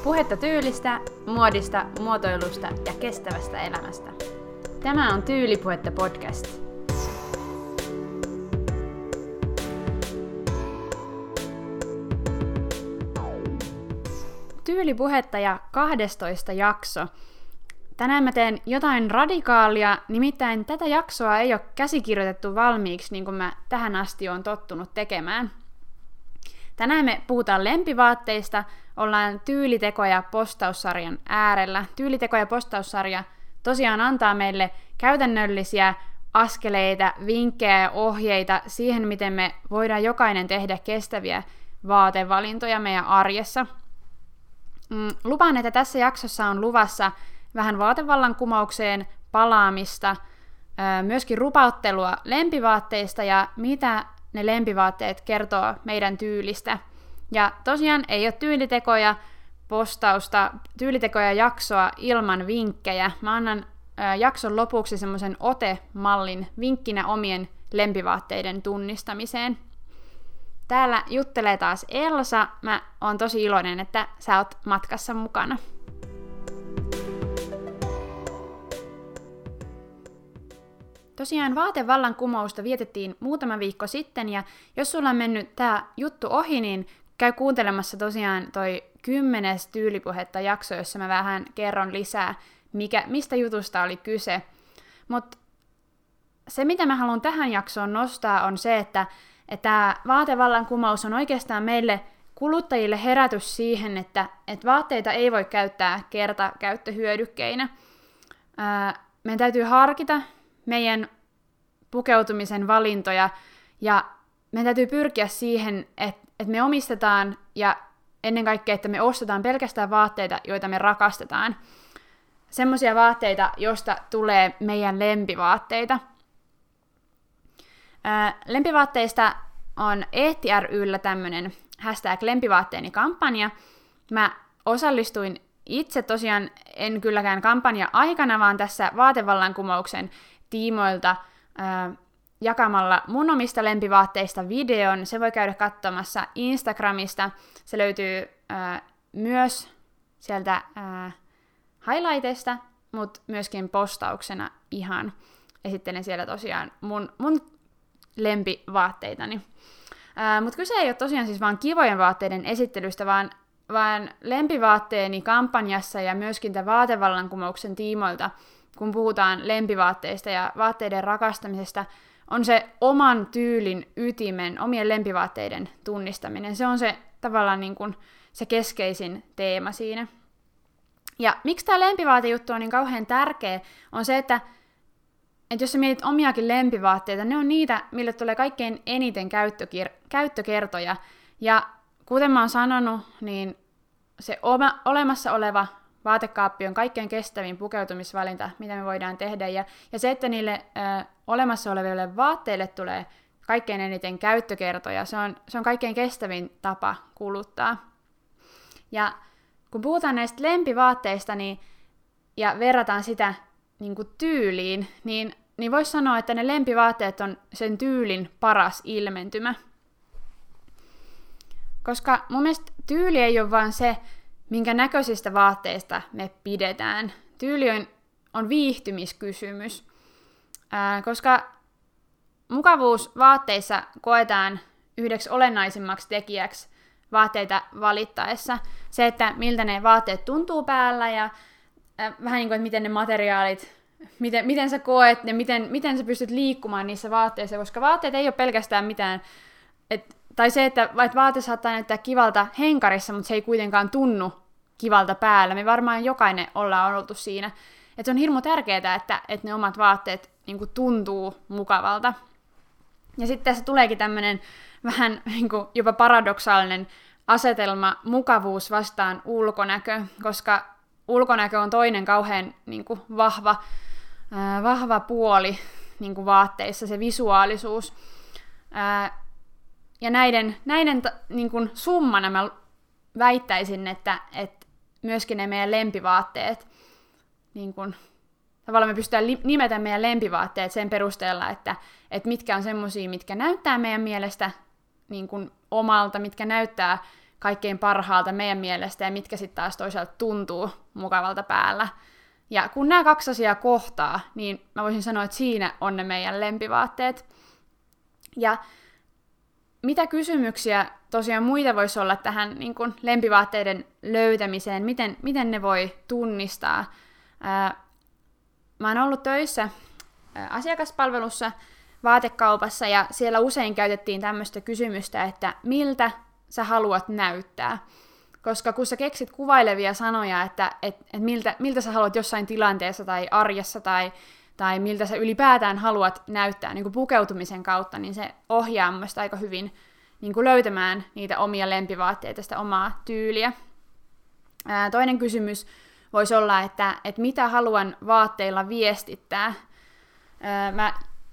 Puhetta tyylistä, muodista, muotoilusta ja kestävästä elämästä. Tämä on Tyylipuhetta podcast. Tyylipuhetta ja 12 jakso. Tänään mä teen jotain radikaalia, nimittäin tätä jaksoa ei ole käsikirjoitettu valmiiksi niin kuin mä tähän asti oon tottunut tekemään. Tänään me puhutaan lempivaatteista, ollaan Tyylitekoja postaussarjan äärellä. Tyylitekoja postaussarja tosiaan antaa meille käytännöllisiä askeleita, vinkkejä ja ohjeita siihen, miten me voidaan jokainen tehdä kestäviä vaatevalintoja meidän arjessa. Lupaan, että tässä jaksossa on luvassa vähän vaatevallankumoukseen palaamista, myöskin rupauttelua lempivaatteista ja mitä ne lempivaatteet kertoo meidän tyylistä. Ja tosiaan ei ole tyylitekoja postausta, tyylitekoja jaksoa ilman vinkkejä. Mä annan jakson lopuksi semmoisen ote-mallin vinkkinä omien lempivaatteiden tunnistamiseen. Täällä juttelee taas Elsa. Mä oon tosi iloinen, että sä oot matkassa mukana. Tosiaan vaatevallankumousta vietettiin muutama viikko sitten, ja jos sulla on mennyt tää juttu ohi, niin käy kuuntelemassa tosiaan toi 10. Tyylipuhetta jakso, jossa mä vähän kerron lisää, mistä jutusta oli kyse. Mutta se, mitä mä haluan tähän jaksoon nostaa, on se, että tämä vaatevallankumous on oikeastaan meille kuluttajille herätys siihen, että vaatteita ei voi käyttää kertakäyttöhyödykkeinä. Meidän täytyy harkita meidän pukeutumisen valintoja, ja meidän täytyy pyrkiä siihen, että me omistetaan ja ennen kaikkea, että me ostetaan pelkästään vaatteita, joita me rakastetaan. Semmoisia vaatteita, joista tulee meidän lempivaatteita. Lempivaatteista on Ehti ry:llä tämmöinen #lempivaatteeni-kampanja. Mä osallistuin itse tosiaan, en kylläkään kampanja aikana, vaan tässä vaatevallankumouksen tiimoilta jakamalla mun omista lempivaatteista videon. Se voi käydä katsomassa Instagramista. Se löytyy myös sieltä highlightista, mutta myöskin postauksena ihan. Esittelen siellä tosiaan mun lempivaatteitani. Mutta kyse ei ole tosiaan siis vaan kivojen vaatteiden esittelystä, vaan lempivaatteeni kampanjassa ja myöskin tämän vaatevallankumouksen tiimoilta, kun puhutaan lempivaatteista ja vaatteiden rakastamisesta, on se oman tyylin ytimen, omien lempivaatteiden tunnistaminen. Se on se tavallaan niin kuin se keskeisin teema siinä. Ja miksi tämä lempivaatejuttu on niin kauhean tärkeä, on se, että jos sä mietit omiakin lempivaatteita, ne on niitä, mille tulee kaikkein eniten käyttökertoja. Ja kuten mä oon sanonut, niin se olemassa oleva vaatekaappi on kaikkein kestävin pukeutumisvalinta, mitä me voidaan tehdä. Ja se, että niille olemassa oleville vaatteille tulee kaikkein eniten käyttökertoja, se on kaikkein kestävin tapa kuluttaa. Ja kun puhutaan näistä lempivaatteista ja verrataan sitä niin kuin tyyliin, niin voisi sanoa, että ne lempivaatteet on sen tyylin paras ilmentymä. Koska mun mielestä tyyli ei ole vaan se, minkä näköisistä vaatteista me pidetään. Tyyli on viihtymiskysymys, koska mukavuus vaatteissa koetaan yhdeksi olennaisimmaksi tekijäksi vaatteita valittaessa. Se, että miltä ne vaatteet tuntuu päällä ja vähän niin kuin, että miten ne materiaalit, miten sä koet ja miten sä pystyt liikkumaan niissä vaatteissa, koska vaatteet ei ole pelkästään mitään, tai se, että vaate saattaa näyttää kivalta henkarissa, mutta se ei kuitenkaan tunnu kivalta päällä. Me varmaan jokainen ollaan oltu siinä. Että se on hirmu tärkeää, että ne omat vaatteet niin kuin tuntuu mukavalta. Ja sitten tässä tuleekin tämmöinen vähän niin kuin jopa paradoksaalinen asetelma mukavuus vastaan ulkonäkö, koska ulkonäkö on toinen kauhean niin kuin vahva puoli niin kuin vaatteissa, se visuaalisuus. Ja näiden niin kuin summana mä väittäisin, että myöskin ne meidän lempivaatteet, niin kuin, tavallaan me pystytään nimetä meidän lempivaatteet sen perusteella, että mitkä on semmosia, mitkä näyttää meidän mielestä niin kuin omalta, mitkä näyttää kaikkein parhaalta meidän mielestä ja mitkä sitten taas toisaalta tuntuu mukavalta päällä. Ja kun nämä 2 asiaa kohtaa, niin mä voisin sanoa, että siinä on ne meidän lempivaatteet. Ja mitä kysymyksiä tosiaan muita voisi olla tähän niin kuin lempivaatteiden löytämiseen, miten ne voi tunnistaa? Mä oon ollut töissä asiakaspalvelussa vaatekaupassa ja siellä usein käytettiin tämmöistä kysymystä, että miltä sä haluat näyttää. Koska kun sä keksit kuvailevia sanoja, että miltä sä haluat jossain tilanteessa tai arjessa tai miltä sä ylipäätään haluat näyttää niin kuin pukeutumisen kautta, niin se ohjaa mun mielestä aika hyvin niin kuin löytämään niitä omia lempivaatteita, sitä omaa tyyliä. Toinen kysymys voisi olla, että mitä haluan vaatteilla viestittää. Mä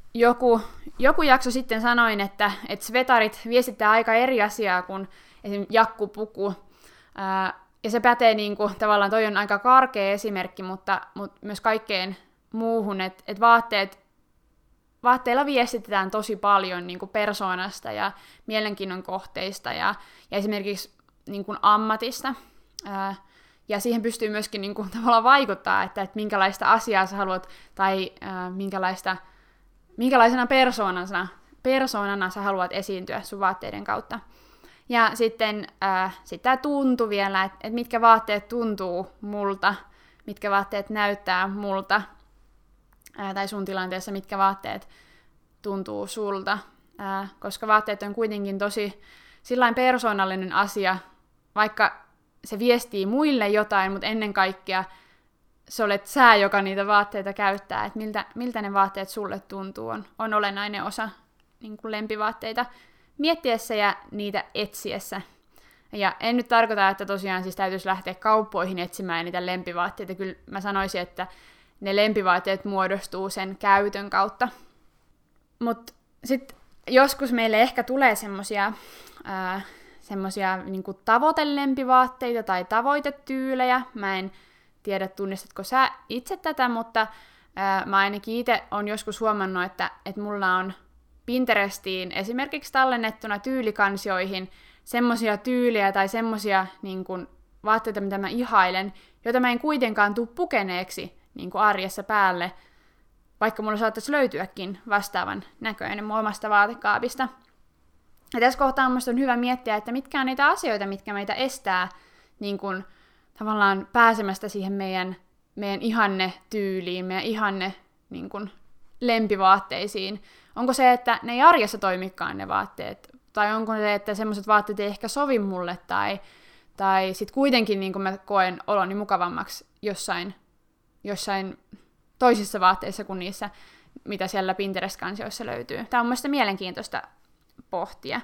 joku jakso sitten sanoin, että svetarit viestittää aika eri asiaa kuin esimerkiksi jakkupuku. Ja se pätee tavallaan, toi on aika karkea esimerkki, mutta myös kaikkeen muuhun, että vaatteilla viestitetään tosi paljon niin kuin persoonasta ja mielenkiinnon kohteista ja esimerkiksi niin kuin ammatista. Ja siihen pystyy myöskin niin kuin tavallaan vaikuttaa, että minkälaista asiaa sä haluat tai minkälaisena persoonana sä haluat esiintyä sun vaatteiden kautta. Ja sitten tämä tuntu vielä, että mitkä vaatteet tuntuu multa, mitkä vaatteet näyttää multa, tai sun tilanteessa mitkä vaatteet tuntuu sulta, koska vaatteet on kuitenkin tosi sillain persoonallinen asia, vaikka se viestii muille jotain, mutta ennen kaikkea se olet sä, joka niitä vaatteita käyttää, että miltä ne vaatteet sulle tuntuu, on olennainen osa niin kuin lempivaatteita miettiessä ja niitä etsiessä. Ja en nyt tarkoita, että tosiaan siis täytyisi lähteä kauppoihin etsimään niitä lempivaatteita. Kyllä mä sanoisin, että ne lempivaatteet muodostuu sen käytön kautta. Mutta sitten joskus meille ehkä tulee semmosia niinku tavoitelempivaatteita tai tavoitetyylejä. Mä en tiedä, tunnistatko sä itse tätä, mutta mä ainakin itse olen joskus huomannut, että mulla on Pinterestiin esimerkiksi tallennettuna tyylikansioihin semmosia tyylejä tai semmosia niin kuin vaatteita, mitä mä ihailen, joita mä en kuitenkaan tule pukeneeksi niin kuin arjessa päälle, vaikka mulla saattaisi löytyäkin vastaavan näköinen mun omasta vaatekaapista. Ja tässä kohtaa musta on hyvä miettiä, että mitkä on niitä asioita, mitkä meitä estää niin kuin, tavallaan pääsemästä siihen meidän ihanne tyyliin, meidän ihanne niin kuin, lempivaatteisiin. Onko se, että ne ei arjessa toimikaan ne vaatteet, tai onko se, että semmoiset vaatteet ei ehkä sovi mulle, tai sit kuitenkin niin kun mä koen oloni mukavammaksi jossain toisissa vaatteissa kuin niissä, mitä siellä Pinterest-kansioissa löytyy. Tämä on mielestäni mielenkiintoista pohtia.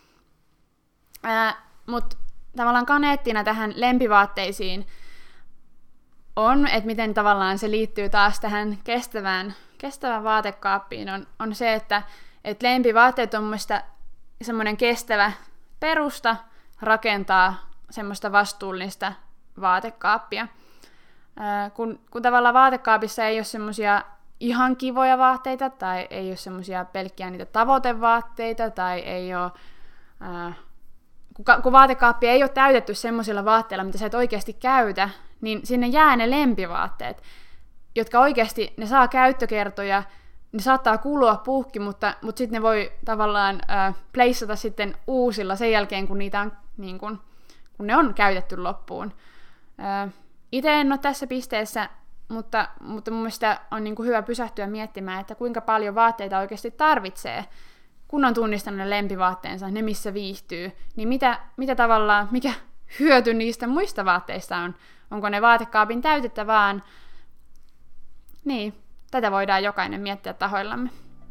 Mutta tavallaan kaneettina tähän lempivaatteisiin on, että miten tavallaan se liittyy taas tähän kestävään vaatekaappiin, on se, että lempivaatteet on mielestäni semmoinen kestävä perusta rakentaa semmoista vastuullista vaatekaappia. Kun tavallaan vaatekaapissa ei ole semmoisia ihan kivoja vaatteita, tai ei ole semmoisia pelkkiä niitä tavoitevaatteita, tai ei ole... Kun vaatekaappi ei ole täytetty semmoisilla vaatteilla, mitä sä et oikeasti käytä, niin sinne jää ne lempivaatteet, jotka oikeasti, ne saa käyttökertoja, ne saattaa kulua puhki, mutta sitten ne voi tavallaan placeata sitten uusilla sen jälkeen, kun niitä on, niin kun ne on käytetty loppuun. Itse en ole tässä pisteessä, mutta mun mielestä on niin kuin hyvä pysähtyä miettimään, että kuinka paljon vaatteita oikeasti tarvitsee, kun on tunnistanut ne lempivaatteensa, ne missä viihtyy, niin mitä tavallaan, mikä hyöty niistä muista vaatteista on? Onko ne vaatekaapin täytettä vaan? Niin, tätä voidaan jokainen miettiä tahoillamme.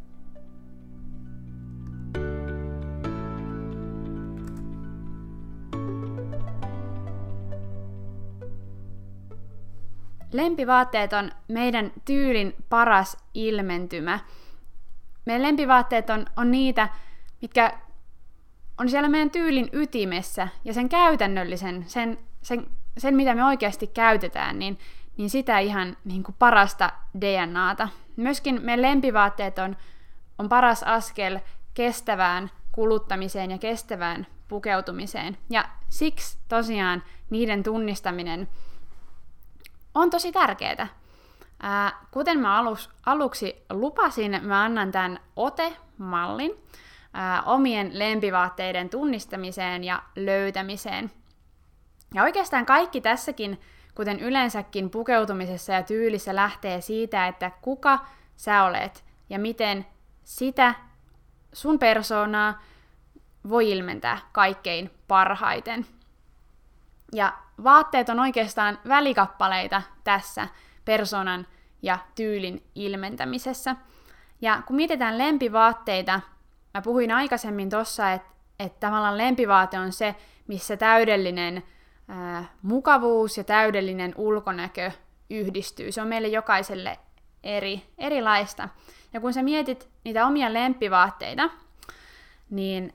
Lempivaatteet on meidän tyylin paras ilmentymä. Meidän lempivaatteet on niitä, mitkä on siellä meidän tyylin ytimessä ja sen käytännöllisen, sen mitä me oikeasti käytetään, niin sitä ihan niin kuin parasta DNAta. Myöskin meidän lempivaatteet on paras askel kestävään kuluttamiseen ja kestävään pukeutumiseen. Ja siksi tosiaan niiden tunnistaminen on tosi tärkeää. Kuten mä aluksi lupasin, mä annan tämän ote-mallin omien lempivaatteiden tunnistamiseen ja löytämiseen. Ja oikeastaan kaikki tässäkin, kuten yleensäkin pukeutumisessa ja tyylissä, lähtee siitä, että kuka sä olet ja miten sitä sun persoonaa voi ilmentää kaikkein parhaiten. Ja vaatteet on oikeastaan välikappaleita tässä persoonan ja tyylin ilmentämisessä. Ja kun mietitään lempivaatteita, mä puhuin aikaisemmin tossa, että tavallaan lempivaate on se, missä täydellinen mukavuus ja täydellinen ulkonäkö yhdistyy. Se on meille jokaiselle erilaista. Ja kun sä mietit niitä omia lempivaatteita, niin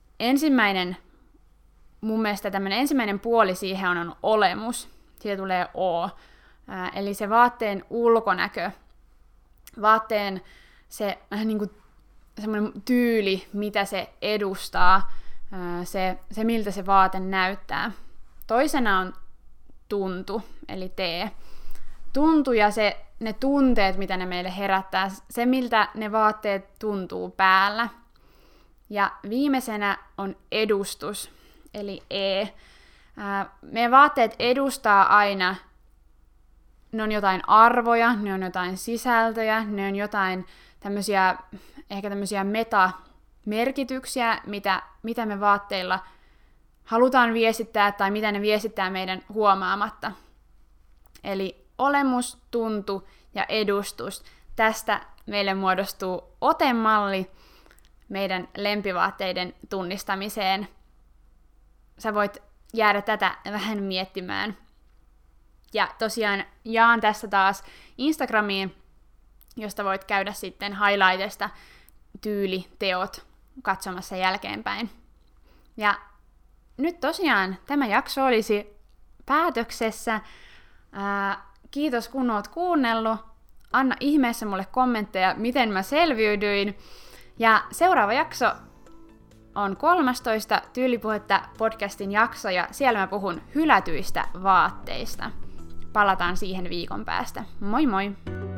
mun mielestä tämmöinen ensimmäinen puoli siihen on olemus. Siitä tulee O. Eli se vaatteen ulkonäkö, vaatteen se niin kuin semmoinen tyyli, mitä se edustaa, se miltä se vaate näyttää. Toisena on tuntu, eli T. Tuntu ja ne tunteet, mitä ne meille herättää, se miltä ne vaatteet tuntuu päällä. Ja viimeisenä on edustus, eli E. Meidän vaatteet edustaa aina, ne on jotain arvoja, ne on jotain sisältöjä, ne on jotain ehkä tämmöisiä metamerkityksiä, mitä me vaatteilla halutaan viestittää tai mitä ne viestittää meidän huomaamatta. Eli olemus, tuntu ja edustus. Tästä meille muodostuu otemalli meidän lempivaatteiden tunnistamiseen. Sä voit jäädä tätä vähän miettimään. Ja tosiaan jaan tässä taas Instagramiin, josta voit käydä sitten highlightista tyyliteot katsomassa jälkeenpäin. Ja nyt tosiaan tämä jakso olisi päätöksessä. Kiitos kun oot kuunnellut. Anna ihmeessä mulle kommentteja, miten mä selviydyin. Ja seuraava jakso on 13 Tyylipuhetta podcastin jakso, ja siellä mä puhun hylätyistä vaatteista. Palataan siihen viikon päästä. Moi moi!